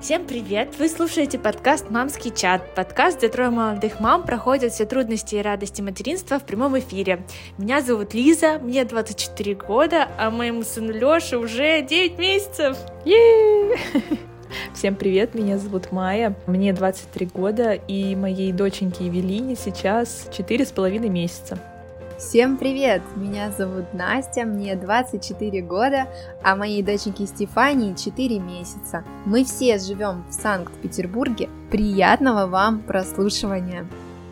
Всем привет! Вы слушаете подкаст «Мамский чат». Подкаст, где трое молодых мам проходят все трудности и радости материнства в прямом эфире. Меня зовут Лиза, мне 24 года, а моему сыну Лёше уже 9 месяцев. Всем привет, меня зовут Майя, мне 23 года, и моей доченьке Евелине сейчас 4,5 месяца. Всем привет! Меня зовут Настя, мне 24 года, а моей доченьке Стефании 4 месяца. Мы все живем в Санкт-Петербурге. Приятного вам прослушивания!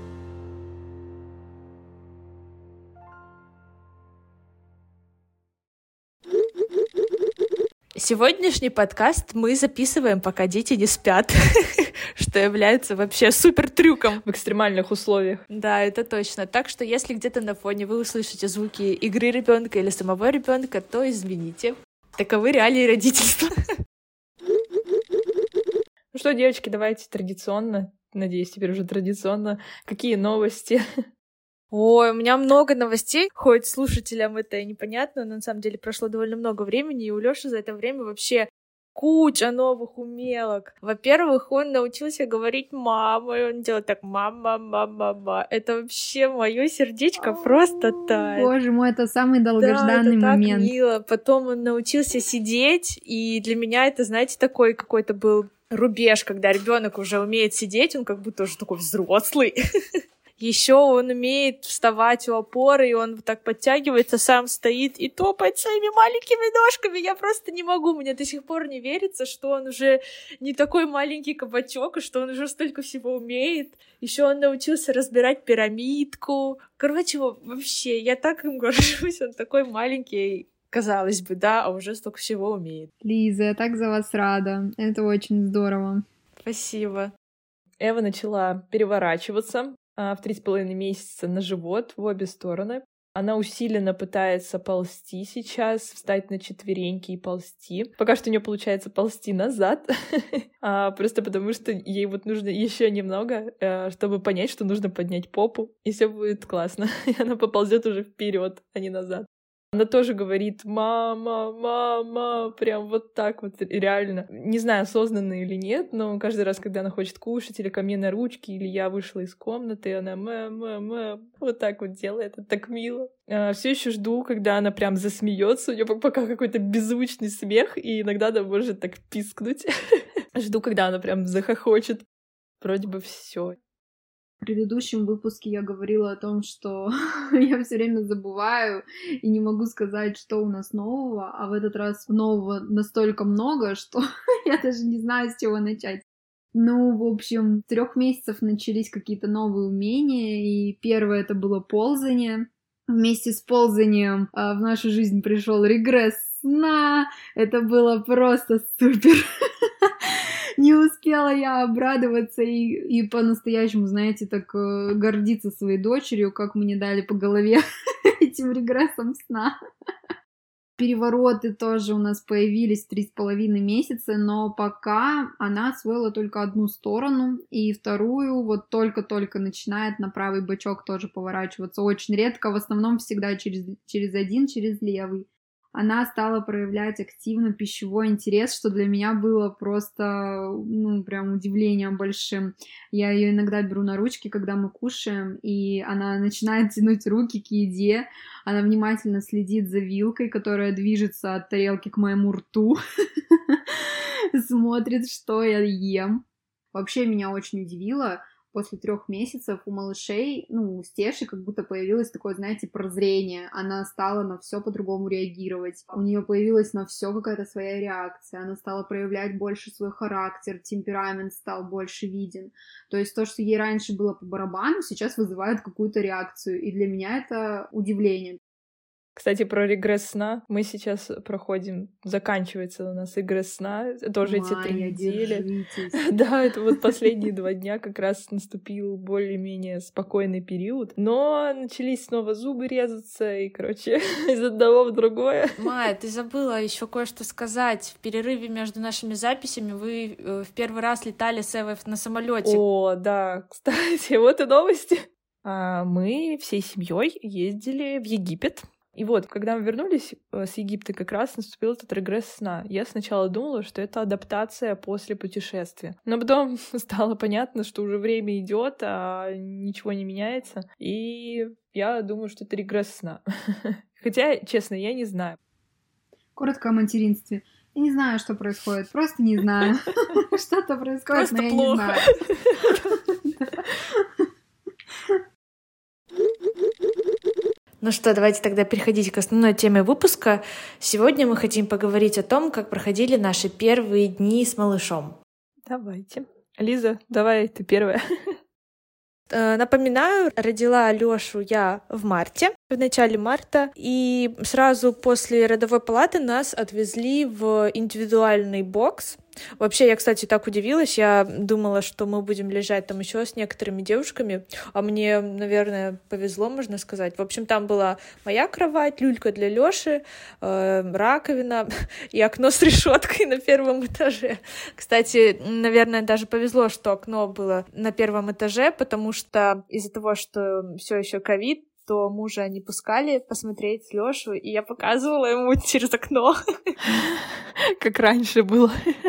Сегодняшний подкаст мы записываем, пока дети не спят, что является вообще супер трюком в экстремальных условиях. Да, это точно. Так что если где-то на фоне вы услышите звуки игры ребенка или самого ребенка, то извините. Таковы реалии родительства. Ну что, девочки, давайте традиционно, надеюсь, теперь уже традиционно, какие новости? Ой, у меня много новостей, хоть слушателям это и непонятно, но на самом деле прошло довольно много времени, и у Лёши за это время вообще куча новых умелок. Во-первых, он научился говорить «мама», и он делает так «мама, мама, мама». Это вообще моё сердечко просто тает. Боже мой, это самый долгожданный момент. Так мило. Потом он научился сидеть, и для меня это, знаете, такой какой-то был рубеж, когда ребенок уже умеет сидеть, он как будто уже такой взрослый. Еще он умеет вставать у опоры, и он вот так подтягивается, сам стоит и топает своими маленькими ножками. Я просто не могу, мне до сих пор не верится, что он уже не такой маленький кабачок, и что он уже столько всего умеет. Еще он научился разбирать пирамидку. Короче, вообще, я так им горжусь, он такой маленький, казалось бы, да, а уже столько всего умеет. Лиза, я так за вас рада. Это очень здорово. Спасибо. Эва начала переворачиваться в 3,5 месяца на живот в обе стороны. Она усиленно пытается ползти сейчас, встать на четвереньки и ползти. Пока что у нее получается ползти назад, просто потому что ей вот нужно еще немного, чтобы понять, что нужно поднять попу, и все будет классно. И она поползет уже вперед, а не назад. Она тоже говорит «мама, мама», прям вот так вот, реально. Не знаю, осознанно или нет, но каждый раз, когда она хочет кушать, или ко мне на ручки, или я вышла из комнаты, она «мама», вот так вот делает, это так мило. Все еще жду, когда она прям засмеется, у нее пока какой-то беззвучный смех, и иногда она может так пискнуть. Жду, когда она прям захохочет. Вроде бы все. В предыдущем выпуске я говорила о том, что я все время забываю и не могу сказать, что у нас нового, а в этот раз нового настолько много, что я даже не знаю, с чего начать. Ну, в общем, с 3 месяцев начались какие-то новые умения, и первое это было ползание. Вместе с ползанием в нашу жизнь пришел регресс сна. Это было просто супер. Не успела я обрадоваться и по-настоящему, знаете, так гордиться своей дочерью, как мне дали по голове этим регрессом сна. Перевороты тоже у нас появились в 3,5 месяца, но пока она освоила только одну сторону, и вторую вот только-только начинает на правый бочок тоже поворачиваться. Очень редко, в основном всегда через один, через левый. Она стала проявлять активно пищевой интерес, что для меня было просто, прям удивлением большим. Я ее иногда беру на ручки, когда мы кушаем, и она начинает тянуть руки к еде. Она внимательно следит за вилкой, которая движется от тарелки к моему рту. Смотрит, что я ем. Вообще меня очень удивило. После 3 месяцев у малышей, у Стеши как будто появилось такое, знаете, прозрение. Она стала на все по-другому реагировать. У нее появилась на все какая-то своя реакция. Она стала проявлять больше свой характер, темперамент стал больше виден. То есть то, что ей раньше было по барабану, сейчас вызывает какую-то реакцию. И для меня это удивление. Кстати, про регресс сна мы сейчас проходим, заканчивается у нас регресс сна, тоже эти 3 недели. Да, это вот последние 2 дня как раз наступил более-менее спокойный период, но начались снова зубы резаться, и, короче, из одного в другое. Майя, ты забыла еще кое-что сказать. В перерыве между нашими записями вы в первый раз летали с Эвой на самолете. О, да, кстати, вот и новости. Мы всей семьей ездили в Египет. И вот, когда мы вернулись с Египта, как раз наступил этот регресс сна. Я сначала думала, что это адаптация после путешествия. Но потом стало понятно, что уже время идет, а ничего не меняется. И я думаю, что это регресс сна. Хотя, честно, я не знаю. Коротко о материнстве. Я не знаю, что происходит. Просто не знаю. Что-то происходит, но я не знаю. Ну что, давайте тогда переходить к основной теме выпуска. Сегодня мы хотим поговорить о том, как проходили наши первые дни с малышом. Давайте. Лиза, давай ты первая. Напоминаю, родила Алёшу я в марте, в начале марта, и сразу после родовой палаты нас отвезли в индивидуальный бокс. Вообще, я, кстати, так удивилась, я думала, что мы будем лежать там еще с некоторыми девушками, а мне, наверное, повезло, можно сказать. В общем, там была моя кровать, люлька для Лёши, раковина и окно с решеткой на первом этаже. Кстати, наверное, даже повезло, что окно было на первом этаже, потому что из-за того, что все еще ковид, то мужа не пускали посмотреть Лёшу, и я показывала ему через окно. Как раньше было.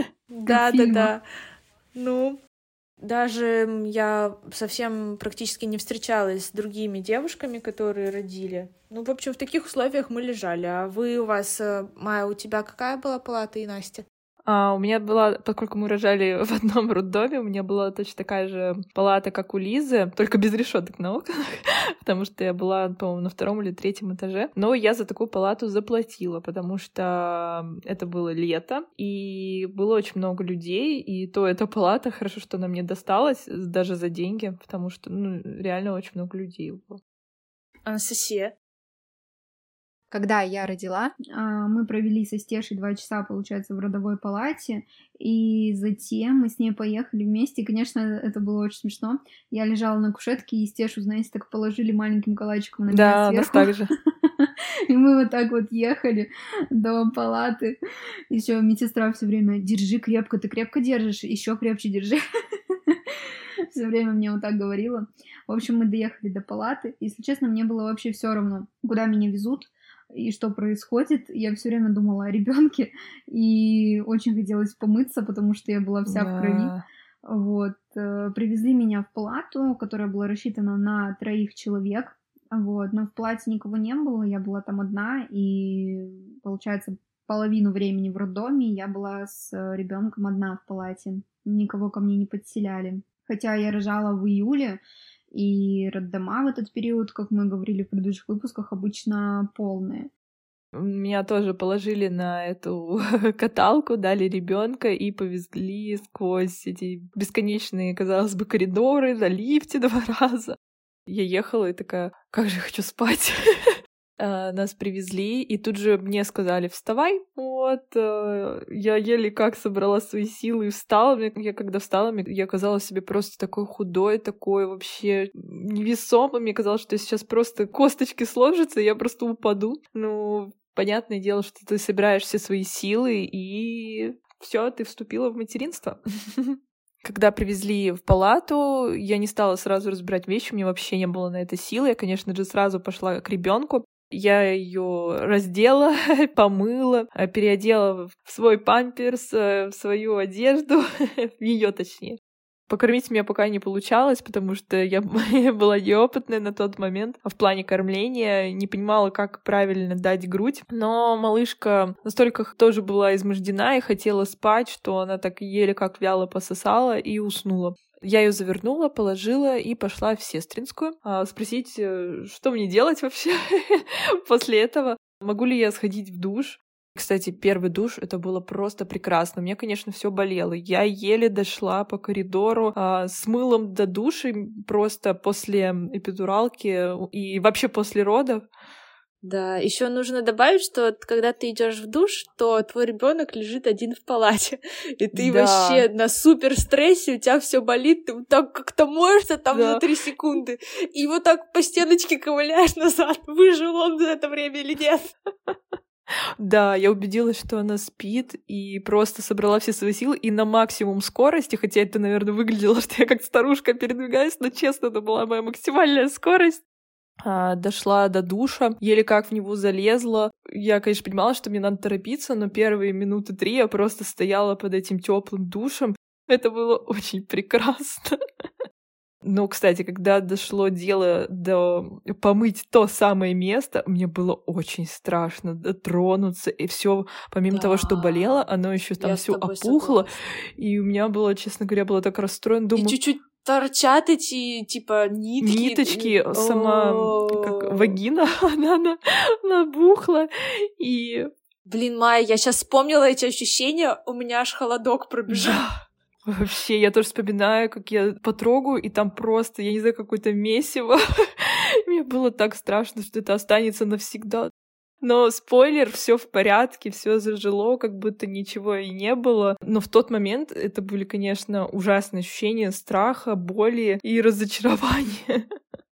Да. Ну, даже я совсем практически не встречалась с другими девушками, которые родили. Ну, в общем, в таких условиях мы лежали. А у вас, Майя, у тебя какая была палата и Настя? У меня была, поскольку мы рожали в одном роддоме, у меня была точно такая же палата, как у Лизы, только без решеток на окнах, потому что я была, по-моему, на 2 или 3 этаже. Но я за такую палату заплатила, потому что это было лето, и было очень много людей, и то эта палата, хорошо, что она мне досталась, даже за деньги, потому что, реально очень много людей было. Анастасия? Когда я родила, мы провели со Стешей 2 часа, получается, в родовой палате, и затем мы с ней поехали вместе. Конечно, это было очень смешно. Я лежала на кушетке, и Стешу, знаете, так положили маленьким калачиком на меня сверху. Да, нас так же. И мы вот так вот ехали до палаты. Еще медсестра все время: держи крепко, ты крепко держишь, еще крепче держи. Все время мне вот так говорила. В общем, мы доехали до палаты. Если честно, мне было вообще все равно, куда меня везут и что происходит. Я все время думала о ребенке и очень хотелось помыться, потому что я была вся в крови. Вот. Привезли меня в палату, которая была рассчитана на 3 человек. Вот. Но в палате никого не было, я была там одна, и, получается, половину времени в роддоме я была с ребенком одна в палате. Никого ко мне не подселяли. Хотя я рожала в июле, и роддома в этот период, как мы говорили в предыдущих выпусках, обычно полные. Меня тоже положили на эту каталку, дали ребенка и повезли сквозь эти бесконечные, казалось бы, коридоры на лифте 2 раза. Я ехала и такая: как же я хочу спать. Нас привезли, и тут же мне сказали: вставай. Вот. Я еле как собрала свои силы и встала. Я когда встала, я казалась себе просто такой худой, такой вообще невесомой. Мне казалось, что сейчас просто косточки сложатся, и я просто упаду. Ну, понятное дело, что ты собираешь все свои силы, и все, ты вступила в материнство. Когда привезли в палату, я не стала сразу разбирать вещи, у меня вообще не было на это силы. Я, конечно же, сразу пошла к ребенку. Я ее раздела, помыла, переодела в свой памперс, в свою одежду, в ее точнее. Покормить меня пока не получалось, потому что я была неопытная на тот момент в плане кормления, не понимала, как правильно дать грудь. Но малышка настолько тоже была измождена и хотела спать, что она так еле как вяло пососала и уснула. Я ее завернула, положила и пошла в сестринскую спросить, что мне делать вообще после этого. Могу ли я сходить в душ? Кстати, первый душ — это было просто прекрасно. У меня, конечно, все болело. Я еле дошла по коридору с мылом до душа просто после эпидуралки и вообще после родов. Да, еще нужно добавить, что когда ты идешь в душ, то твой ребенок лежит один в палате, и ты вообще на супер стрессе, у тебя все болит, ты вот так как-то моешься там за 3 секунды, и вот так по стеночке ковыляешь назад, выжил он за это время или нет. Да, я убедилась, что она спит, и просто собрала все свои силы и на максимум скорости, хотя это, наверное, выглядело, что я как старушка передвигаюсь, но честно, это была моя максимальная скорость. Дошла до душа, еле как в него залезла. Я, конечно, понимала, что мне надо торопиться, но первые минуты 3 я просто стояла под этим теплым душем. Это было очень прекрасно. Но, кстати, когда дошло дело до помыть то самое место, мне было очень страшно дотронуться, и все, помимо того, что болело, оно еще там все опухло, и у меня было, честно говоря, было так расстроено, думаю... И чуть-чуть торчат эти, типа, ниточки, сама как вагина, она набухла, и... Блин, Майя, я сейчас вспомнила эти ощущения, у меня аж холодок пробежал. Вообще, я тоже вспоминаю, как я потрогаю, и там просто, я не знаю, какое-то месиво. Мне было так страшно, что это останется навсегда. Но спойлер, все в порядке, все зажило, как будто ничего и не было. Но в тот момент это были, конечно, ужасные ощущения страха, боли и разочарования.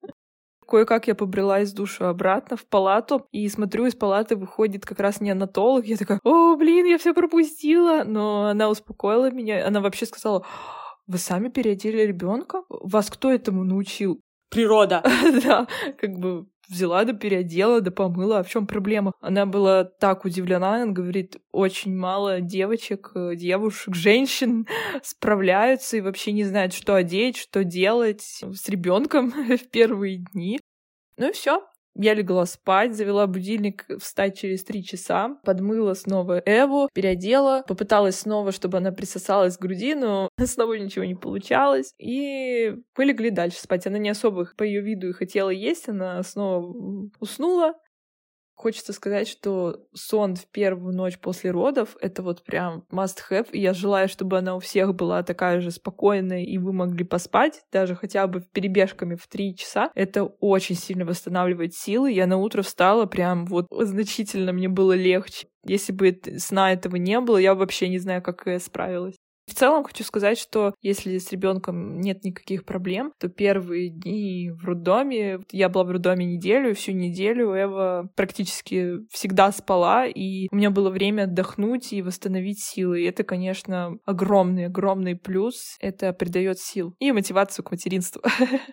Кое-как я побрела из душа обратно в палату, и смотрю, из палаты выходит как раз неонатолог. Я такая: о, блин, я все пропустила. Но она успокоила меня. Она вообще сказала: вы сами переодели ребенка? Вас кто этому научил? Природа. Да, как бы взяла, да переодела, да помыла. А в чем проблема? Она была так удивлена. Она говорит, очень мало девочек, девушек, женщин справляются и вообще не знают, что одеть, что делать с ребенком в первые дни. Ну и все. Я легла спать, завела будильник встать через 3 часа, подмыла снова Эву, переодела, попыталась снова, чтобы она присосалась к груди, но снова ничего не получалось. И мы легли дальше спать. Она не особо по ее виду и хотела есть, она снова уснула. Хочется сказать, что сон в первую ночь после родов — это вот прям must-have, и я желаю, чтобы она у всех была такая же спокойная, и вы могли поспать, даже хотя бы перебежками в 3 часа. Это очень сильно восстанавливает силы. Я на утро встала, прям вот значительно мне было легче. Если бы сна этого не было, я вообще не знаю, как я справилась. В целом хочу сказать, что если с ребенком нет никаких проблем, то первые дни в роддоме, я была в роддоме неделю, всю неделю Эва практически всегда спала, и у меня было время отдохнуть и восстановить силы. И это, конечно, огромный плюс. Это придает сил и мотивацию к материнству.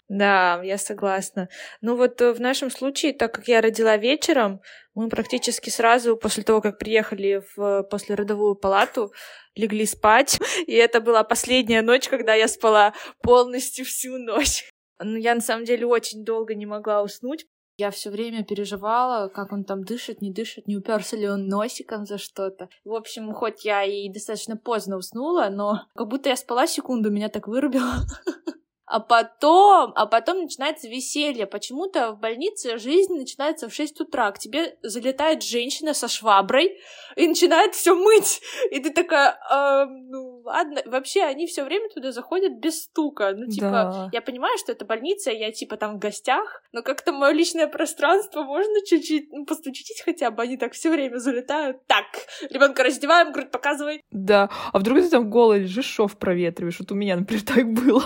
Да, я согласна. Ну вот в нашем случае, так как я родила вечером, мы практически сразу после того, как приехали в послеродовую палату, легли спать. И это была последняя ночь, когда я спала полностью всю ночь. Но я на самом деле очень долго не могла уснуть. Я все время переживала, как он там дышит, не уперся ли он носиком за что-то. В общем, хоть я и достаточно поздно уснула, но как будто я спала секунду, меня так вырубило. А потом начинается веселье. Почему-то в больнице жизнь начинается в 6 утра. К тебе залетает женщина со шваброй и начинает все мыть. И ты такая, ну ладно. Вообще, они все время туда заходят без стука. Ну, типа, Да. Я понимаю, что это больница, я типа там в гостях, но как-то мое личное пространство можно чуть-чуть постучить хотя бы. Они так все время залетают. Так, ребенка раздеваем, грудь показывай. Да. А вдруг ты там голый лежишь, шов проветриваешь? Вот у меня, например, так было.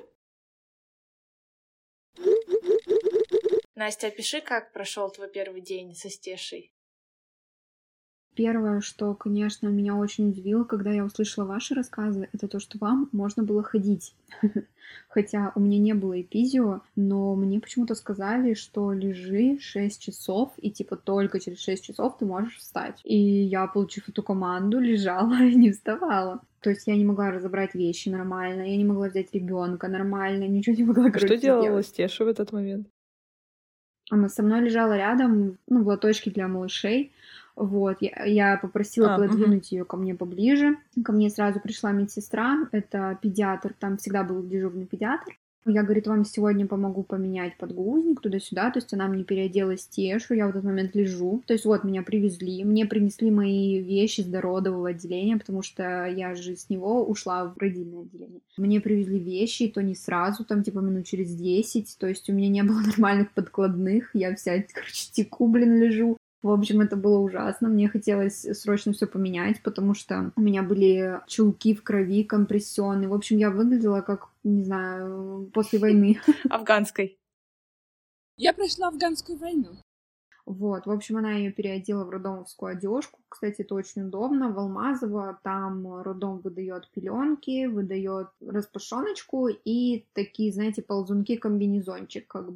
Настя, опиши, как прошел твой первый день со Стешей. Первое, что, конечно, меня очень удивило, когда я услышала ваши рассказы, это то, что вам можно было ходить. Хотя у меня не было эпизио, но мне почему-то сказали, что лежи 6 часов, и типа только через 6 часов ты можешь встать. И я, получив эту команду, лежала и не вставала. То есть я не могла разобрать вещи нормально, я не могла взять ребенка нормально, ничего не могла, Что делала Стеша в этот момент? Она со мной лежала рядом, в лоточке для малышей. Вот, я попросила пододвинуть ее ко мне поближе. Ко мне сразу пришла медсестра, это педиатр, там всегда был дежурный педиатр. Я, говорит, вам сегодня помогу поменять подгузник туда-сюда. То есть она мне переодела Стешу, я в этот момент лежу. То есть вот меня привезли, мне принесли мои вещи с дородового отделения, потому что я же с него ушла в родильное отделение. Мне привезли вещи, и то не сразу, там типа минут через 10. То есть у меня не было нормальных подкладных, я вся, короче, теку, лежу. В общем, это было ужасно. Мне хотелось срочно все поменять, потому что у меня были чулки в крови, компрессионные. В общем, я выглядела как, не знаю, после войны. Афганской. Я прошла афганскую войну. Вот, в общем, она ее переодела в роддомовскую одежку. Кстати, это очень удобно. В Алмазово там роддом выдает пеленки, выдает распашоночку и такие, знаете, ползунки, комбинезончик как бы.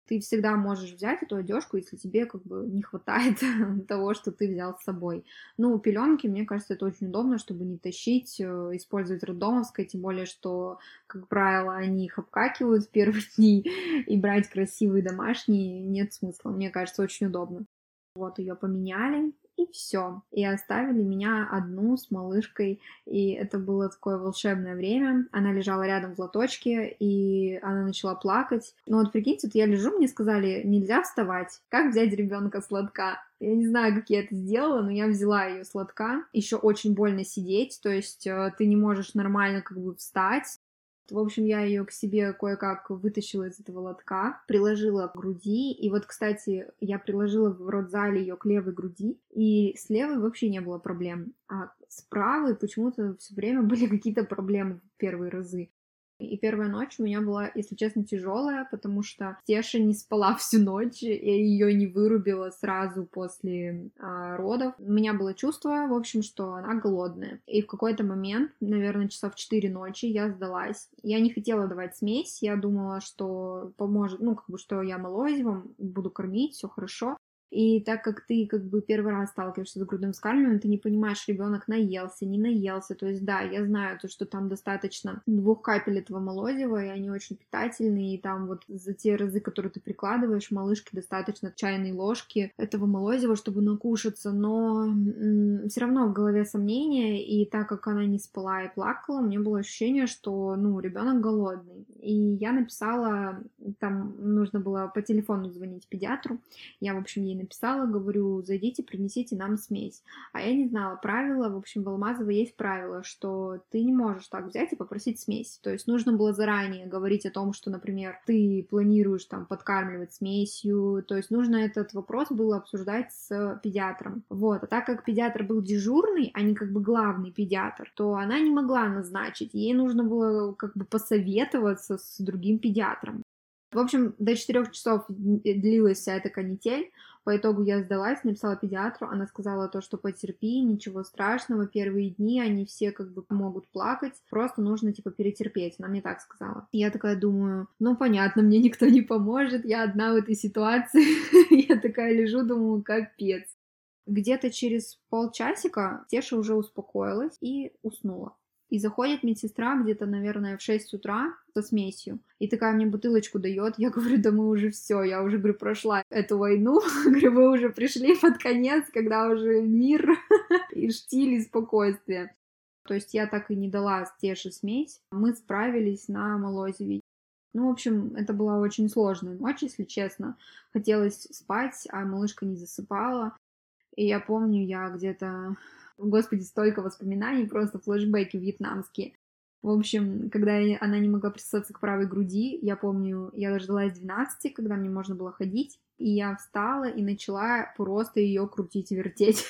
ты всегда можешь взять эту одежку, если тебе как бы не хватает того, что ты взял с собой. Ну, пеленки, мне кажется, это очень удобно, чтобы не тащить, использовать роддомовское, тем более, что, как правило, они их обкакивают в первые дни, и брать красивые домашние нет смысла. Мне кажется, очень удобно. Вот ее поменяли, и все. И оставили меня одну с малышкой, и это было такое волшебное время. Она лежала рядом в лоточке, и она начала плакать. Ну вот прикиньте, вот я лежу, мне сказали, нельзя вставать. Как взять ребенка с лотка? Я не знаю, как я это сделала, но я взяла ее с лотка. Еще очень больно сидеть, то есть ты не можешь нормально как бы встать. В общем, я ее к себе кое-как вытащила из этого лотка, приложила к груди. И вот, кстати, я приложила в родзале ее к левой груди, и с левой вообще не было проблем. А с правой почему-то все время были какие-то проблемы в первые разы. И первая ночь у меня была, если честно, тяжелая, потому что Теша не спала всю ночь, я ее не вырубила сразу после родов. У меня было чувство, в общем, что она голодная. И в какой-то момент, наверное, часа в 4 ночи, я сдалась. Я не хотела давать смесь, я думала, что поможет, ну, как бы, что я молозивом буду кормить, все хорошо. И так как ты как бы первый раз сталкиваешься с грудным вскармливанием, ты не понимаешь, ребенок наелся, не наелся. То есть, да, я знаю, то, что там достаточно 2 капель этого молозива, и они очень питательные, и там вот за те разы, которые ты прикладываешь, малышке достаточно чайной ложки этого молозива, чтобы накушаться, но все равно в голове сомнения, и так как она не спала и плакала, мне было ощущение, что, ну, ребенок голодный. И я написала, там нужно было по телефону звонить педиатру, я, в общем, ей написала, говорю, зайдите, принесите нам смесь. А я не знала правила, в общем, в Алмазово есть правило, что ты не можешь так взять и попросить смесь. То есть нужно было заранее говорить о том, что, например, ты планируешь там подкармливать смесью, то есть нужно этот вопрос было обсуждать с педиатром. Вот, а так как педиатр был дежурный, а не как бы главный педиатр, то она не могла назначить, ей нужно было как бы посоветоваться с другим педиатром. В общем, до 4 часов длилась вся эта канитель. По итогу я сдалась, написала педиатру, она сказала то, что потерпи, ничего страшного, первые дни они все как бы могут плакать, просто нужно типа перетерпеть, она мне так сказала. И я такая думаю, ну понятно, мне никто не поможет, я одна в этой ситуации, я такая лежу, думаю, капец. Где-то через полчасика Теша уже успокоилась и уснула. И заходит медсестра где-то, наверное, в 6 утра со смесью. И такая мне бутылочку дает. Я говорю, да мы уже все, я уже, говорю, прошла эту войну. Говорю, вы уже пришли под конец, когда уже мир и штиль, и спокойствие. То есть я так и не дала Теше смесь. Мы справились на молозиве. Ну, в общем, это была очень сложная ночь, если честно. Хотелось спать, а малышка не засыпала. И я помню, я где-то... Господи, столько воспоминаний, просто флешбеки вьетнамские. В общем, когда она не могла присосаться к правой груди, я помню, я дождалась 12, когда мне можно было ходить, и я встала и начала просто ее крутить и вертеть.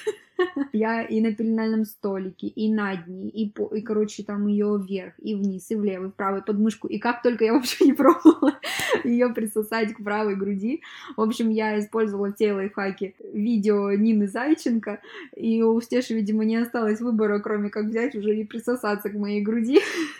Я и на пеленальном столике, и на дне, и короче, там ее вверх, и вниз, и влево, и в правую подмышку. И как только я вообще не пробовала ее присосать к правой груди. В общем, я использовала те лайфхаки видео Нины Зайченко, и у Стеши, видимо, не осталось выбора, кроме как взять уже и присосаться к моей груди.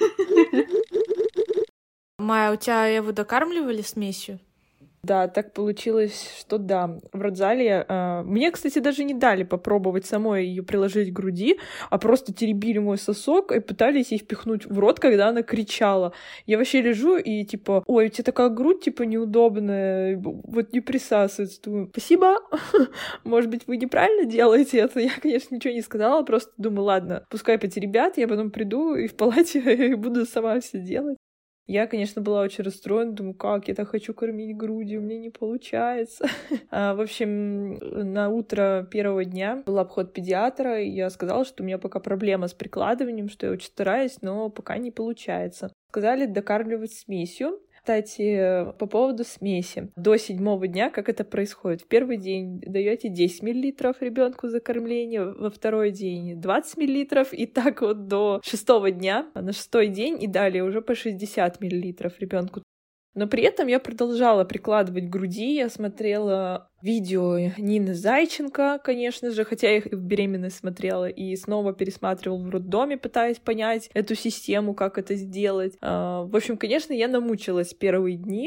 Майя, у тебя Эву докармливали смесью? Да, так получилось, что да. В родзале мне, кстати, даже не дали попробовать самой ее приложить к груди, а просто теребили мой сосок и пытались ей впихнуть в рот, когда она кричала. Я вообще лежу и типа, ой, у тебя такая грудь, типа, неудобная, вот не присасывается. Думаю, спасибо, может быть, вы неправильно делаете это. Я, конечно, ничего не сказала, просто думаю, ладно, пускай потеребят, я потом приду и в палате буду сама все делать. Я, конечно, была очень расстроена, думаю, как я так хочу кормить грудью, у меня не получается. В общем, на утро первого дня был обход педиатра, и я сказала, что у меня пока проблема с прикладыванием, что я очень стараюсь, но пока не получается. Сказали докармливать смесью. Кстати, по поводу смеси. До 7-го дня как это происходит? В первый день даете 10 мл ребенку за кормление, во второй день 20 мл, и так вот до 6-го дня, на 6-й день и далее уже по 60 мл ребенку. Но при этом я продолжала прикладывать к груди, я смотрела видео Нины Зайченко, конечно же, хотя я их в беременность смотрела, и снова пересматривала в роддоме, пытаясь понять эту систему, как это сделать. В общем, конечно, я намучилась первые дни.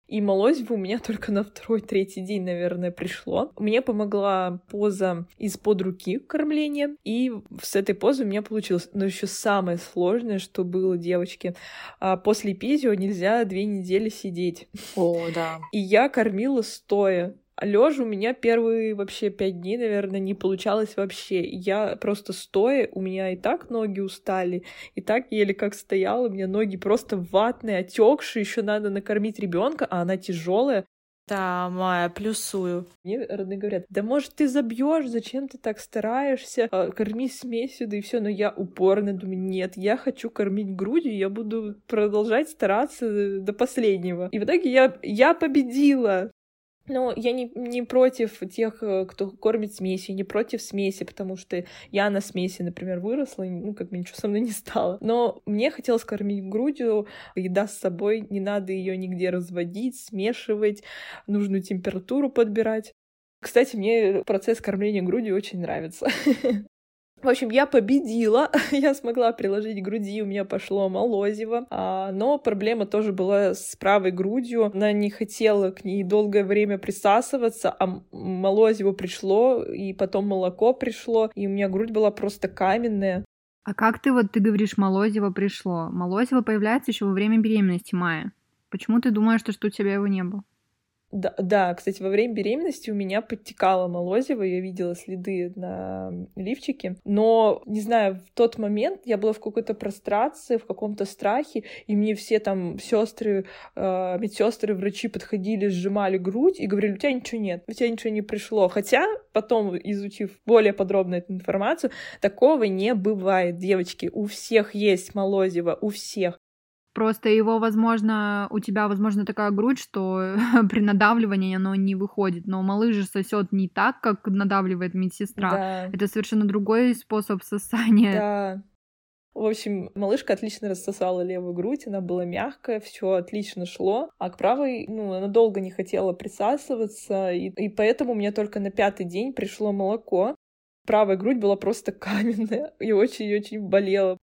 И молозиво у меня только на 2-3 день, наверное, пришло. Мне помогла поза из-под руки кормления, и с этой позы у меня получилось. Но еще самое сложное, что было, девочки, после пизио нельзя 2 недели сидеть. О, да. И я кормила стоя. А лёжа у меня первые вообще 5 дней, наверное, не получалось вообще. Я просто стоя, у меня и так ноги устали, и так еле как стояла, у меня ноги просто ватные, отекшие, еще надо накормить ребенка, а она тяжелая. Да, Майя, плюсую. Мне родные говорят: да может ты забьешь, зачем ты так стараешься, корми смесью, да и все. Но я упорно думаю: нет, я хочу кормить грудью, я буду продолжать стараться до последнего. И в итоге я победила. Но я не против тех, кто кормит смесью, не против смеси, потому что я на смеси, например, выросла, как бы ничего со мной не стало. Но мне хотелось кормить грудью, еда с собой, не надо ее нигде разводить, смешивать, нужную температуру подбирать. Кстати, мне процесс кормления грудью очень нравится. В общем, я победила, я смогла приложить к груди, у меня пошло молозиво, но проблема тоже была с правой грудью, она не хотела к ней долгое время присасываться, а молозиво пришло, и потом молоко пришло, и у меня грудь была просто каменная. А как ты говоришь, молозиво пришло? Молозиво появляется еще во время беременности, Майя. Почему ты думаешь, что у тебя его не было? Да, кстати, во время беременности у меня подтекало молозиво, я видела следы на лифчике, но, не знаю, в тот момент я была в какой-то прострации, в каком-то страхе, и мне все там сестры, медсестры, врачи подходили, сжимали грудь и говорили: у тебя ничего нет, у тебя ничего не пришло. Хотя потом, изучив более подробно эту информацию, такого не бывает, девочки, у всех есть молозиво, у всех. Просто его, возможно, у тебя, возможно, такая грудь, что при надавливании оно не выходит. Но малыш же сосет не так, как надавливает медсестра. Да. Это совершенно другой способ сосания. Да. В общем, малышка отлично рассосала левую грудь, она была мягкая, все отлично шло, а к правой, она долго не хотела присасываться, и поэтому у меня только на 5-й день пришло молоко. Правая грудь была просто каменная и очень-очень болела.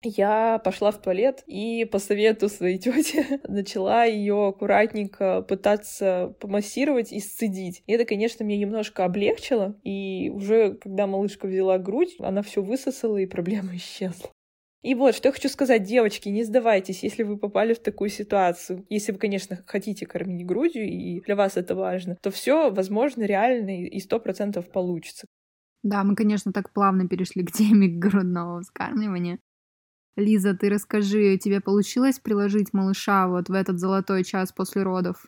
Я пошла в туалет и по совету своей тети начала ее аккуратненько пытаться помассировать и сцедить. И это, конечно, мне немножко облегчило. И уже когда малышка взяла грудь, она все высосала, и проблема исчезла. И вот, что я хочу сказать, девочки, не сдавайтесь, если вы попали в такую ситуацию. Если вы, конечно, хотите кормить грудью, и для вас это важно, то все возможно, реально и 100% получится. Да, мы, конечно, так плавно перешли к теме грудного вскармливания. Лиза, ты расскажи, тебе получилось приложить малыша в этот золотой час после родов?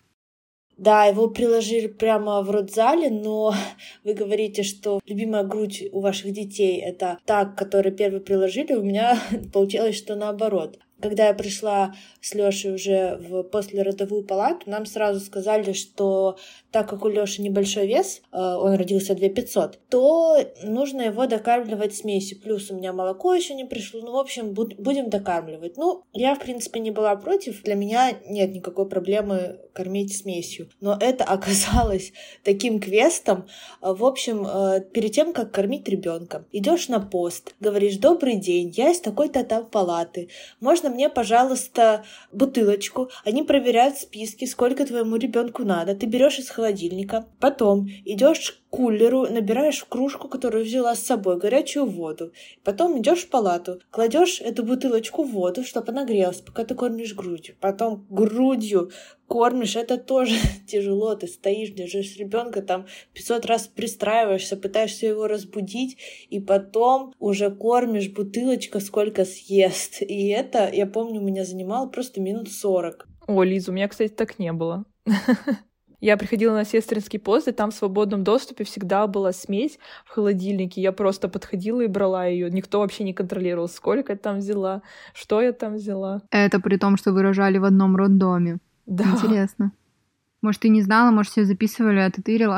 Да, его приложили прямо в родзале, но вы говорите, что любимая грудь у ваших детей — это та, которую первой приложили. У меня получилось, что наоборот. Когда я пришла с Лёшей уже в послеродовую палату, нам сразу сказали, что так как у Лёши небольшой вес, он родился 2500, то нужно его докармливать смесью. Плюс у меня молоко еще не пришло. В общем, будем докармливать. Я, в принципе, не была против. Для меня нет никакой проблемы кормить смесью. Но это оказалось таким квестом. В общем, перед тем, как кормить ребенка, идешь на пост, говоришь: добрый день, я из такой-то там палаты. Можно мне, пожалуйста, бутылочку? Они проверяют списки, сколько твоему ребенку надо. Ты берешь из холодильника. Потом идешь к кулеру, набираешь в кружку, которую взяла с собой, горячую воду. Потом идешь в палату, кладешь эту бутылочку в воду, чтобы она грелась, пока ты кормишь грудью. Потом грудью кормишь, это тоже тяжело. Ты стоишь, держишь ребенка, там 500 раз пристраиваешься, пытаешься его разбудить, и потом уже кормишь бутылочка, сколько съест. И это, я помню, меня занимало просто минут 40. О, Лиза, у меня, кстати, так не было. Я приходила на сестринский пост, и там в свободном доступе всегда была смесь в холодильнике. Я просто подходила и брала ее. Никто вообще не контролировал, сколько я там взяла, что я там взяла. Это при том, что вы рожали в одном роддоме. Да. Интересно. Может, ты не знала, может, все записывали, а ты тырила?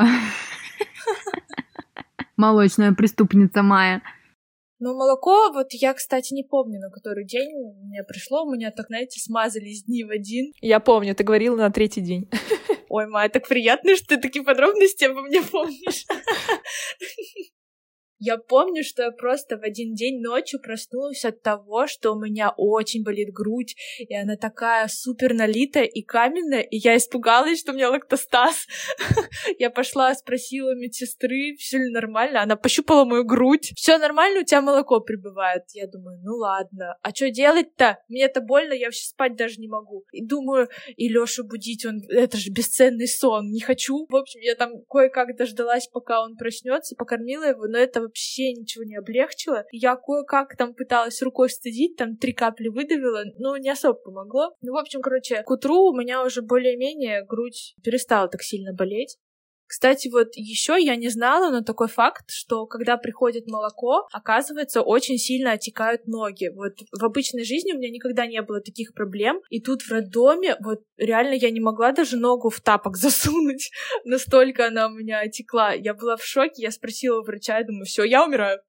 Молочная преступница Майя. Молоко, я, кстати, не помню, на который день у меня пришло. У меня так, знаете, смазались дни в один. Я помню, ты говорила на 3-й день. Ой, Майя, так приятно, что ты такие подробности обо мне помнишь. Я помню, что я просто в один день ночью проснулась от того, что у меня очень болит грудь, и она такая супер налитая и каменная, и я испугалась, что у меня лактостаз. Я пошла, спросила у медсестры, все ли нормально, она пощупала мою грудь. Все нормально, у тебя молоко прибывает. Я думаю, ну ладно, а что делать-то? Мне это больно, я вообще спать даже не могу. И думаю, и Лёшу будить, это же бесценный сон, не хочу. В общем, я там кое-как дождалась, пока он проснется, покормила его, но это вообще ничего не облегчило. Я кое-как там пыталась рукой стыдить, там 3 капли выдавила, но не особо помогло. Ну, в общем, короче, к утру у меня уже более-менее грудь перестала так сильно болеть. Кстати, вот еще я не знала, но такой факт, что когда приходит молоко, оказывается, очень сильно отекают ноги. Вот в обычной жизни у меня никогда не было таких проблем, и тут в роддоме вот реально я не могла даже ногу в тапок засунуть, настолько она у меня отекла. Я была в шоке, я спросила у врача, я думаю, все, я умираю.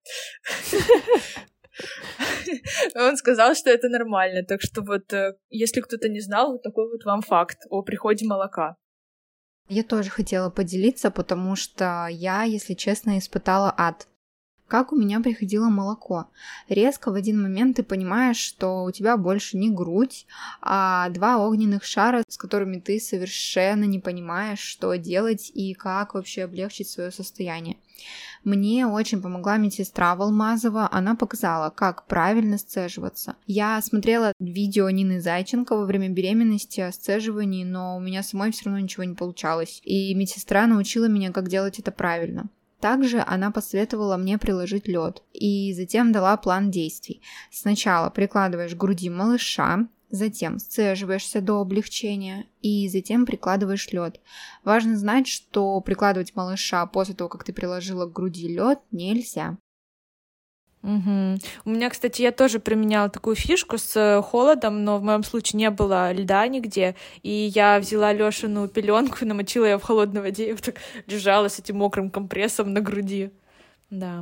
Он сказал, что это нормально, так что вот, если кто-то не знал, вот такой вот вам факт о приходе молока. Я тоже хотела поделиться, потому что я, если честно, испытала ад. Как у меня приходило молоко. Резко в один момент ты понимаешь, что у тебя больше не грудь, а 2 огненных шара, с которыми ты совершенно не понимаешь, что делать и как вообще облегчить свое состояние. Мне очень помогла медсестра Волмазова, она показала, как правильно сцеживаться. Я смотрела видео Нины Зайченко во время беременности о сцеживании, но у меня самой все равно ничего не получалось, и медсестра научила меня, как делать это правильно. Также она посоветовала мне приложить лед и затем дала план действий. Сначала прикладываешь к груди малыша, затем сцеживаешься до облегчения и затем прикладываешь лед. Важно знать, что прикладывать малыша после того, как ты приложила к груди лед, нельзя. Угу. У меня, кстати, я тоже применяла такую фишку с холодом, но в моем случае не было льда нигде, и я взяла Лёшину пеленку, намочила ее в холодной воде и вот так лежала с этим мокрым компрессом на груди. Да.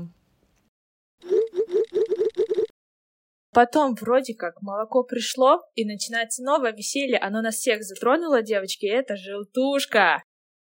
Потом вроде как молоко пришло, и начинается новое веселье. Оно нас всех затронуло, девочки, это желтушка.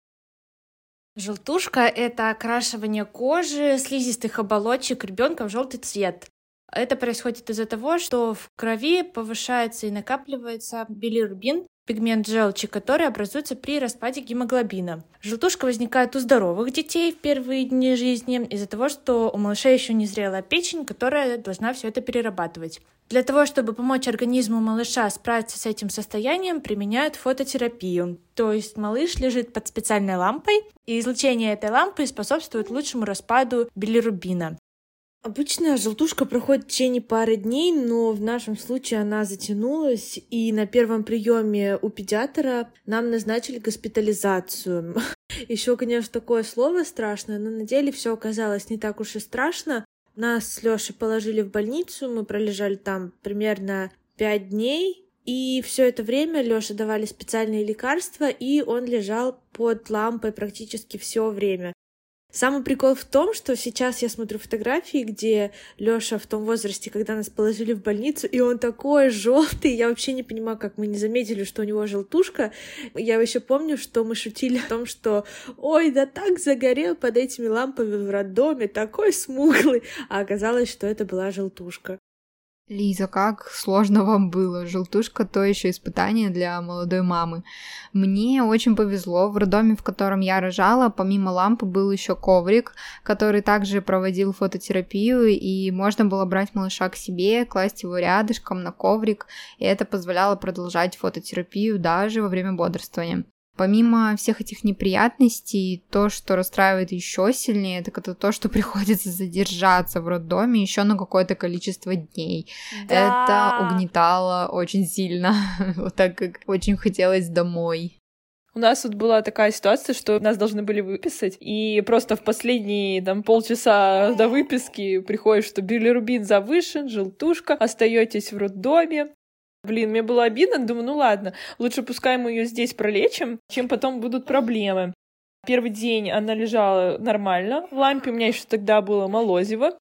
Желтушка — это окрашивание кожи, слизистых оболочек ребенка в желтый цвет. Это происходит из-за того, что в крови повышается и накапливается билирубин, пигмент желчи, который образуется при распаде гемоглобина. Желтушка возникает у здоровых детей в первые дни жизни из-за того, что у малыша еще не зрелая печень, которая должна все это перерабатывать. Для того, чтобы помочь организму малыша справиться с этим состоянием, применяют фототерапию. То есть малыш лежит под специальной лампой, и излучение этой лампы способствует лучшему распаду билирубина. Обычно желтушка проходит в течение пары дней, но в нашем случае она затянулась, и на первом приеме у педиатра нам назначили госпитализацию. Еще, конечно, такое слово страшное, но на деле все оказалось не так уж и страшно. Нас с Лёшей положили в больницу, мы пролежали там примерно 5 дней, и все это время Лёше давали специальные лекарства, и он лежал под лампой практически все время. Самый прикол в том, что сейчас я смотрю фотографии, где Лёша в том возрасте, когда нас положили в больницу, и он такой желтый. Я вообще не понимаю, как мы не заметили, что у него желтушка. Я еще помню, что мы шутили о том, что «Ой, да так загорел под этими лампами в роддоме, такой смуглый». А оказалось, что это была желтушка. Лиза, как сложно вам было? Желтушка — то еще испытание для молодой мамы. Мне очень повезло. В роддоме, в котором я рожала, помимо лампы был еще коврик, который также проводил фототерапию, и можно было брать малыша к себе, класть его рядышком на коврик, и это позволяло продолжать фототерапию даже во время бодрствования. Помимо всех этих неприятностей, то, что расстраивает еще сильнее, так это то, что приходится задержаться в роддоме еще на какое-то количество дней. Да. Это угнетало очень сильно, вот так как очень хотелось домой. У нас тут была такая ситуация, что нас должны были выписать, и просто в последние полчаса до выписки приходит, что билирубин завышен, желтушка, остаетесь в роддоме. Блин, мне было обидно, думаю, ну ладно, лучше пускай мы ее здесь пролечим, чем потом будут проблемы. Первый день она лежала нормально, в лампе у меня еще тогда было молозиво.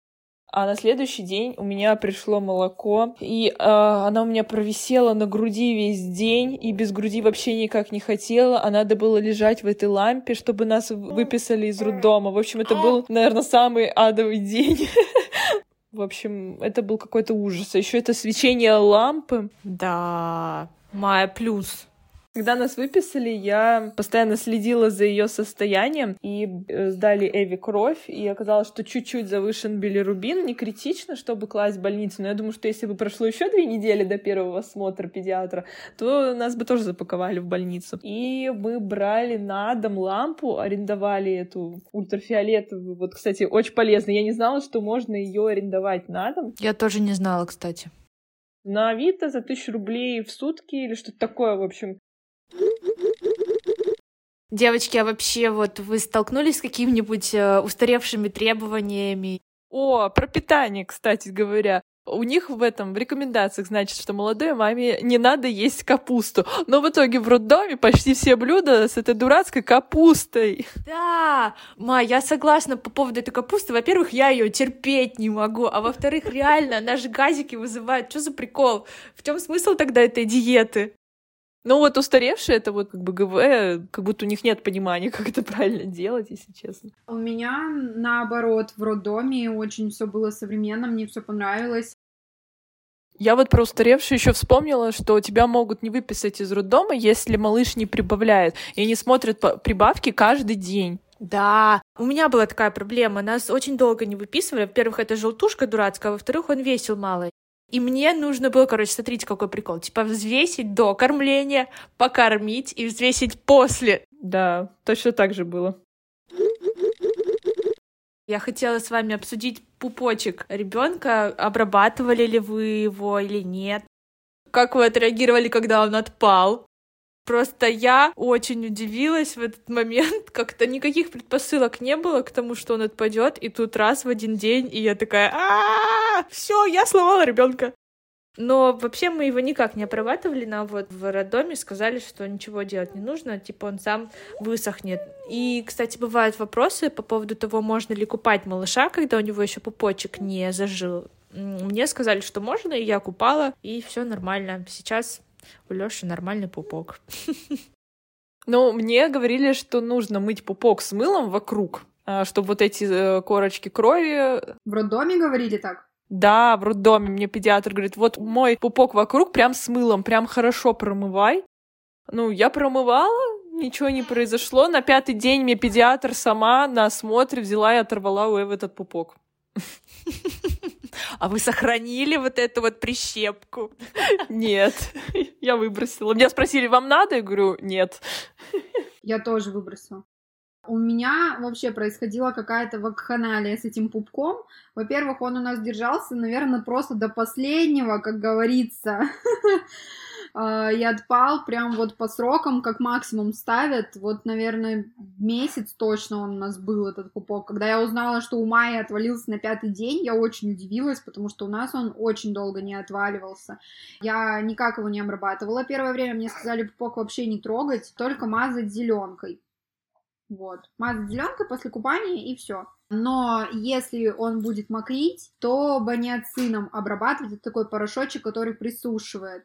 А на следующий день у меня пришло молоко, и она у меня провисела на груди весь день, и без груди вообще никак не хотела, а надо было лежать в этой лампе, чтобы нас выписали из роддома. В общем, это был, наверное, самый адовый день. В общем, это был какой-то ужас. А еще это свечение лампы. Да, Майя плюс. Когда нас выписали, я постоянно следила за ее состоянием, и сдали Эви кровь, и оказалось, что чуть-чуть завышен билирубин, не критично, чтобы класть в больницу, но я думаю, что если бы прошло еще 2 недели до первого осмотра педиатра, то нас бы тоже запаковали в больницу. И мы брали на дом лампу, арендовали эту ультрафиолетовую, вот, кстати, очень полезно. Я не знала, что можно ее арендовать на дом. Я тоже не знала, кстати. На Авито за 1000 рублей в сутки или что-то такое, в общем. Девочки, а вообще вот вы столкнулись с какими-нибудь устаревшими требованиями? О, про питание, кстати говоря. У них в рекомендациях значит, что молодой маме не надо есть капусту. Но в итоге в роддоме почти все блюда с этой дурацкой капустой. Да, я согласна по поводу этой капусты. Во-первых, я ее терпеть не могу, а во-вторых, реально, она же газики вызывает. Что за прикол? В чем смысл тогда этой диеты? Ну вот устаревшие, это вот как бы ГВ, как будто у них нет понимания, как это правильно делать, если честно. У меня, наоборот, в роддоме очень все было современно, мне все понравилось. Я вот про устаревшие еще вспомнила, что тебя могут не выписать из роддома, если малыш не прибавляет, и они смотрят прибавки каждый день. Да, у меня была такая проблема, нас очень долго не выписывали. Во-первых, это желтушка дурацкая, а во-вторых, он весил мало. И мне нужно было, смотрите, какой прикол, взвесить до кормления, покормить и взвесить после. Да, точно так же было. Я хотела с вами обсудить пупочек ребенка. Обрабатывали ли вы его или нет? Как вы отреагировали, когда он отпал? Просто я очень удивилась в этот момент. Как-то никаких предпосылок не было к тому, что он отпадет, и тут раз в один день, и я такая: все, я сломала ребенка. Но вообще мы его никак не обрабатывали, но вот в роддоме сказали, что ничего делать не нужно, он сам высохнет. И, кстати, бывают вопросы по поводу того, можно ли купать малыша, когда у него еще пупочек не зажил. Мне сказали, что можно, и я купала, и все нормально. Сейчас у Лёши нормальный пупок. Ну, мне говорили, что нужно мыть пупок с мылом вокруг, чтобы вот эти корочки крови... В роддоме говорили так? Да, в роддоме мне педиатр говорит: вот мой пупок вокруг прям с мылом, прям хорошо промывай. Ну, я промывала, ничего не произошло. На 5-й день мне педиатр сама на осмотре взяла и оторвала у Эвы этот пупок. А вы сохранили вот эту вот прищепку? Нет, я выбросила. Меня спросили: вам надо? Я говорю: нет. Я тоже выбросила. У меня вообще происходила какая-то вакханалия с этим пупком. Во-первых, он у нас держался, наверное, просто до последнего, как говорится. И отпал прям вот по срокам, как максимум ставят. Вот, наверное, месяц точно он у нас был, этот пупок. Когда я узнала, что у Майи отвалился на 5-й день, я очень удивилась, потому что у нас он очень долго не отваливался. Я никак его не обрабатывала. Первое время мне сказали пупок вообще не трогать, только мазать зеленкой. Вот. Мазать зеленкой после купания и все. Но если он будет мокрить, то баниацином обрабатывать. Это такой порошочек, который присушивает.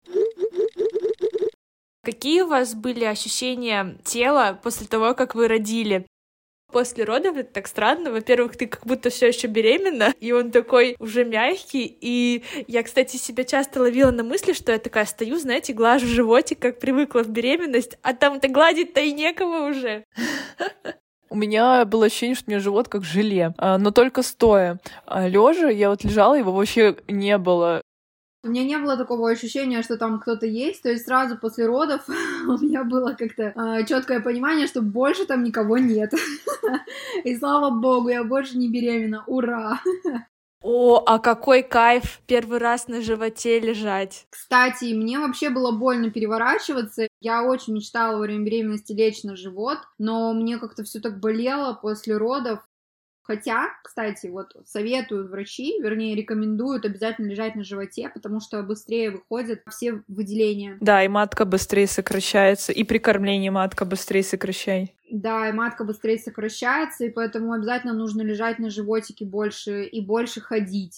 Какие у вас были ощущения тела после того, как вы родили? После родов это так странно. Во-первых, ты как будто все еще беременна, и он такой уже мягкий. И я, кстати, себя часто ловила на мысли, что я такая стою, знаете, глажу животик, как привыкла в беременность, а там-то гладить-то и некого уже. У меня было ощущение, что у меня живот как желе, но только стоя. Лежа я вот лежала, его вообще не было. У меня не было такого ощущения, что там кто-то есть, то есть сразу после родов у меня было как-то четкое понимание, что больше там никого нет. И слава богу, я больше не беременна, ура! О, а какой кайф первый раз на животе лежать. Кстати, мне вообще было больно переворачиваться. Я очень мечтала во время беременности лечь на живот, но мне как-то все так болело после родов. Хотя, кстати, вот советуют врачи, вернее, рекомендуют обязательно лежать на животе, потому что быстрее выходят все выделения. Да, и матка быстрее сокращается, и при кормлении матка быстрее сокращается. Да, и матка быстрее сокращается, и поэтому обязательно нужно лежать на животике больше и больше ходить.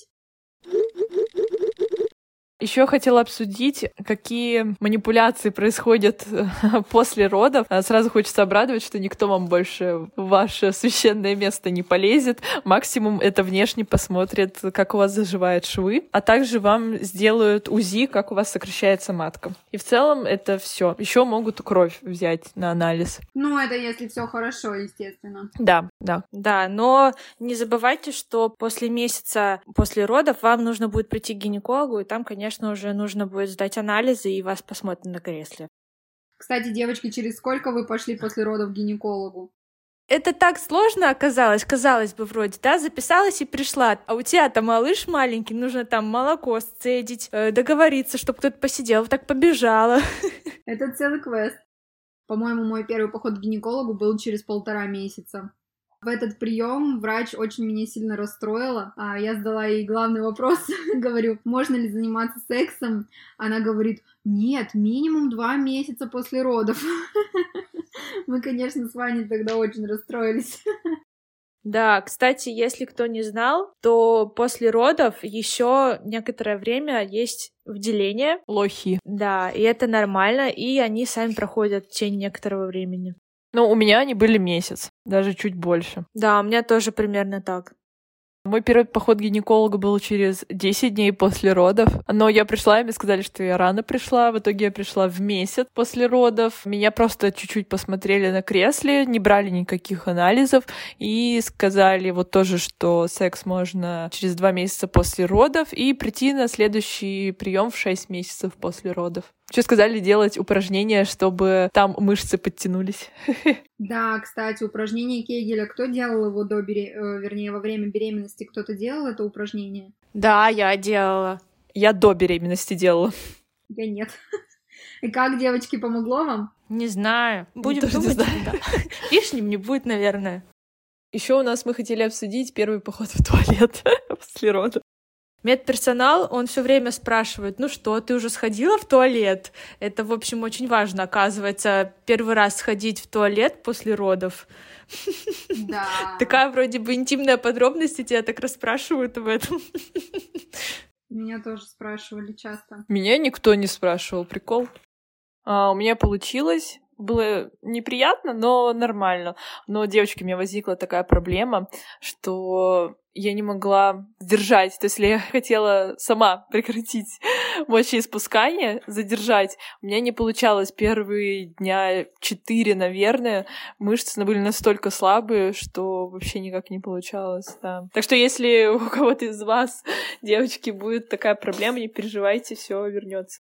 Еще хотела обсудить, какие манипуляции происходят после родов. Сразу хочется обрадовать, что никто вам больше в ваше священное место не полезет. Максимум это внешне посмотрит, как у вас заживают швы, а также вам сделают УЗИ, как у вас сокращается матка. И в целом это все. Еще могут кровь взять на анализ. Ну, это если все хорошо, естественно. Да. Да, но не забывайте, что после месяца после родов вам нужно будет прийти к гинекологу, и там, конечно, уже нужно будет сдать анализы, и вас посмотрят на кресле. Кстати, девочки, через сколько вы пошли после родов к гинекологу? Это так сложно оказалось, казалось бы, вроде, да, записалась и пришла. А у тебя-то малыш маленький, нужно там молоко сцедить, договориться, чтобы кто-то посидел, вот так побежала. Это целый квест. По-моему, мой первый поход к гинекологу был через 1,5 месяца. В этот прием врач очень меня сильно расстроила. Я задала ей главный вопрос, говорю, можно ли заниматься сексом? Она говорит, нет, минимум 2 месяца после родов. Мы, конечно, с Ваней тогда очень расстроились. Да, кстати, если кто не знал, то после родов еще некоторое время есть выделение. Лохи. Да, и это нормально, и они сами проходят в течение некоторого времени. Но у меня они были месяц, даже чуть больше. Да, у меня тоже примерно так. Мой первый поход к гинекологу был через 10 дней после родов, но я пришла, и мне сказали, что я рано пришла, в итоге я пришла в месяц после родов. Меня просто чуть-чуть посмотрели на кресле, не брали никаких анализов и сказали вот тоже, что секс можно через 2 месяца после родов и прийти на следующий прием в 6 месяцев после родов. Еще сказали делать упражнения, чтобы там мышцы подтянулись. Да, кстати, упражнение Кегеля. Кто делал его во время беременности? Кто-то делал это упражнение? Да, я делала. Я до беременности делала. Я нет. И как, девочки, помогло вам? Не знаю. Будем думать. Да. Лишним не будет, наверное. Еще у нас мы хотели обсудить первый поход в туалет после родов. Медперсонал, он все время спрашивает, ну что, ты уже сходила в туалет? Это, в общем, очень важно, оказывается, первый раз сходить в туалет после родов. Да. Такая вроде бы интимная подробность, и тебя так расспрашивают об этом. Меня тоже спрашивали часто. Меня никто не спрашивал, прикол. У меня получилось. Было неприятно, но нормально. Но, девочки, у меня возникла такая проблема, что я не могла сдержать. То есть, если я хотела сама прекратить мочеиспускание, задержать, у меня не получалось первые дня 4, наверное. Мышцы были настолько слабые, что вообще никак не получалось. Да. Так что, если у кого-то из вас, девочки, будет такая проблема, не переживайте, все вернется.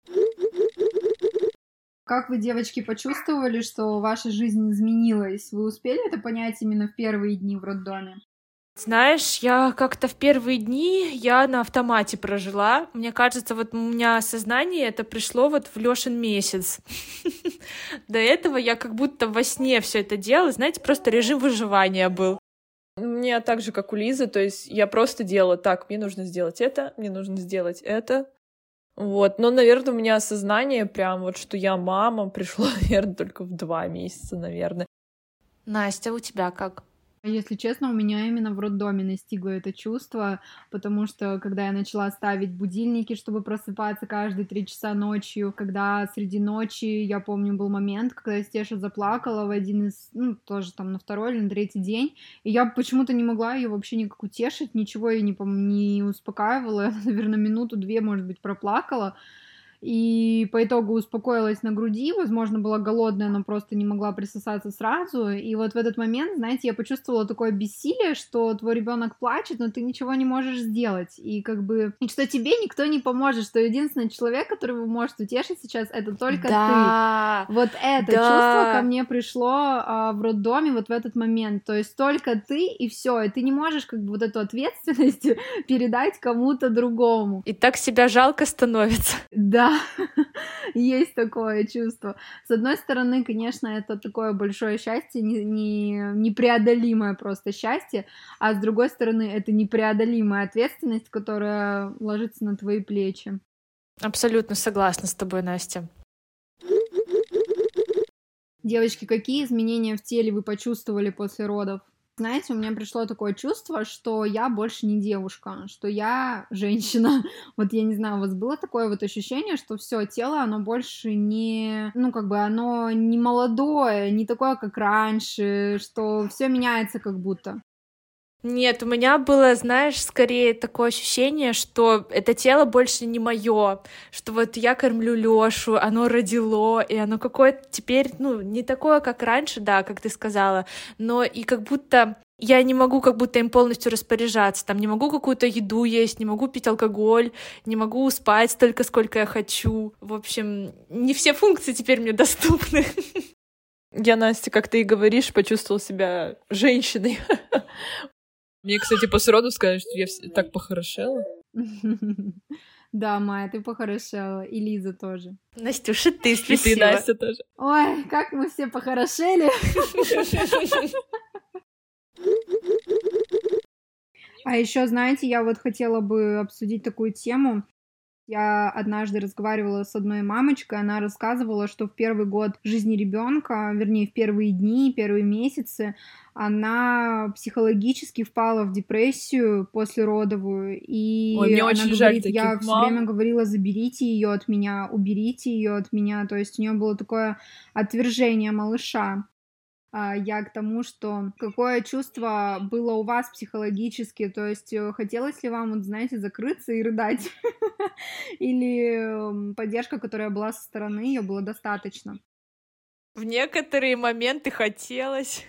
Как вы, девочки, почувствовали, что ваша жизнь изменилась? Вы успели это понять именно в первые дни в роддоме? Знаешь, я как-то в первые дни я на автомате прожила. Мне кажется, вот у меня осознание это пришло вот в Лёшин месяц. До этого я как будто во сне все это делала, знаете, просто режим выживания был. У меня так же, как у Лизы, то есть я просто делала так, мне нужно сделать это, мне нужно сделать это. Вот, но, наверное, у меня осознание прям вот, что я мама, пришло, наверное, только в 2 месяца, наверное. Настя, у тебя как? Если честно, у меня именно в роддоме настигло это чувство, потому что, когда я начала ставить будильники, чтобы просыпаться каждые 3 часа ночью, когда среди ночи, я помню, был момент, когда Стеша заплакала в один из, тоже там на 2-й или на 3-й день, и я почему-то не могла ее вообще никак утешить, ничего ее не успокаивала, я, наверное, 1-2, может быть, проплакала, и по итогу успокоилась на груди, возможно, была голодная, но просто не могла присосаться сразу, и вот в этот момент, знаете, я почувствовала такое бессилие, что твой ребенок плачет, но ты ничего не можешь сделать, и как бы, и что тебе никто не поможет, что единственный человек, который может утешить сейчас, это только ты. Вот это чувство ко мне пришло в роддоме вот в этот момент, то есть только ты и все, и ты не можешь как бы вот эту ответственность передать кому-то другому. И так себя жалко становится. Да, да, есть такое чувство. С одной стороны, конечно, это такое большое счастье, непреодолимое просто счастье, а с другой стороны, это непреодолимая ответственность, которая ложится на твои плечи. Абсолютно согласна с тобой, Настя. Девочки, какие изменения в теле вы почувствовали после родов? Знаете, у меня пришло такое чувство, что я больше не девушка, что я женщина. Вот я не знаю, у вас было такое вот ощущение, что все тело, оно больше не, оно не молодое, не такое, как раньше, что все меняется как будто. Нет, у меня было, знаешь, скорее такое ощущение, что это тело больше не мое, что вот я кормлю Лёшу, оно родило, и оно какое-то теперь, не такое, как раньше, да, как ты сказала, но и как будто я не могу как будто им полностью распоряжаться, там не могу какую-то еду есть, не могу пить алкоголь, не могу спать столько, сколько я хочу. В общем, не все функции теперь мне доступны. Я, Настя, как ты и говоришь, почувствовала себя женщиной. Мне, кстати, после родов сказали, что я так похорошела. Да, Майя, ты похорошела. И Лиза тоже. Настюша, ты спасибо. И ты, Настя, тоже. Ой, как мы все похорошели. А еще, знаете, я вот хотела бы обсудить такую тему. Я однажды разговаривала с одной мамочкой, она рассказывала, что в первый год жизни ребенка, вернее, в первые дни, первые месяцы, она психологически впала в депрессию послеродовую, и ой, мне она очень говорит, жаль таких я все мам. время говорила, заберите ее от меня, уберите ее от меня, то есть у нее было такое отвержение малыша. Я к тому, что какое чувство было у вас психологически, то есть хотелось ли вам, вот, знаете, закрыться и рыдать, или поддержка, которая была со стороны, ее было достаточно? В некоторые моменты хотелось.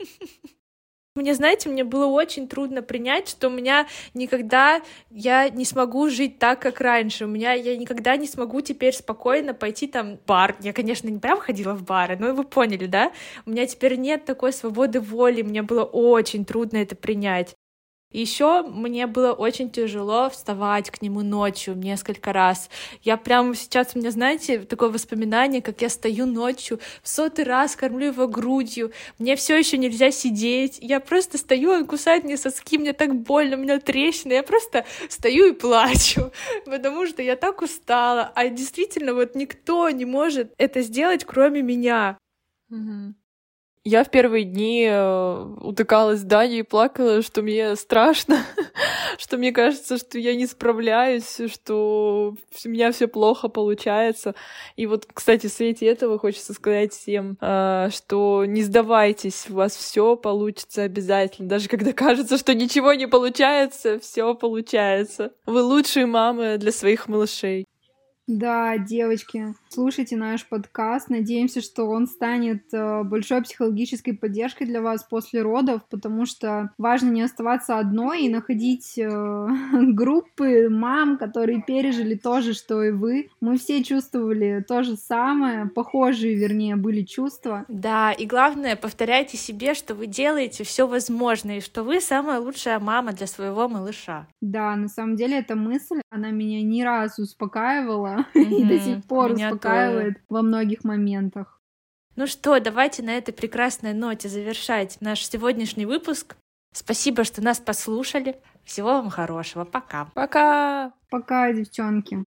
Мне было очень трудно принять, что у меня никогда я не смогу жить так, как раньше. Я никогда не смогу теперь спокойно пойти там в бар. Я, конечно, не прям ходила в бары, но вы поняли, да? У меня теперь нет такой свободы воли. Мне было очень трудно это принять. Еще мне было очень тяжело вставать к нему ночью несколько раз. Я прямо сейчас, у меня, знаете, такое воспоминание, как я стою ночью, в 100-й раз кормлю его грудью, мне все еще нельзя сидеть, я просто стою, он кусает мне соски, мне так больно, у меня трещины, я просто стою и плачу, потому что я так устала, а действительно вот никто не может это сделать, кроме меня. Я в первые дни утыкалась в Дане и плакала, что мне страшно, что мне кажется, что я не справляюсь, что у меня все плохо получается. И вот, кстати, в свете этого хочется сказать всем, что не сдавайтесь, у вас все получится обязательно. Даже когда кажется, что ничего не получается, все получается. Вы лучшие мамы для своих малышей. Да, девочки, слушайте наш подкаст. Надеемся, что он станет большой психологической поддержкой для вас после родов, потому что важно не оставаться одной и находить группы мам, которые пережили то же, что и вы. Мы все чувствовали то же самое, похожие, вернее, были чувства. Да, и главное, повторяйте себе, что вы делаете все возможное, и что вы самая лучшая мама для своего малыша. Да, на самом деле эта мысль, она меня не раз успокаивала и до сих пор успокаивает во многих моментах. Ну что, давайте на этой прекрасной ноте завершать наш сегодняшний выпуск. Спасибо, что нас послушали. Всего вам хорошего. Пока. Пока! Пока, девчонки.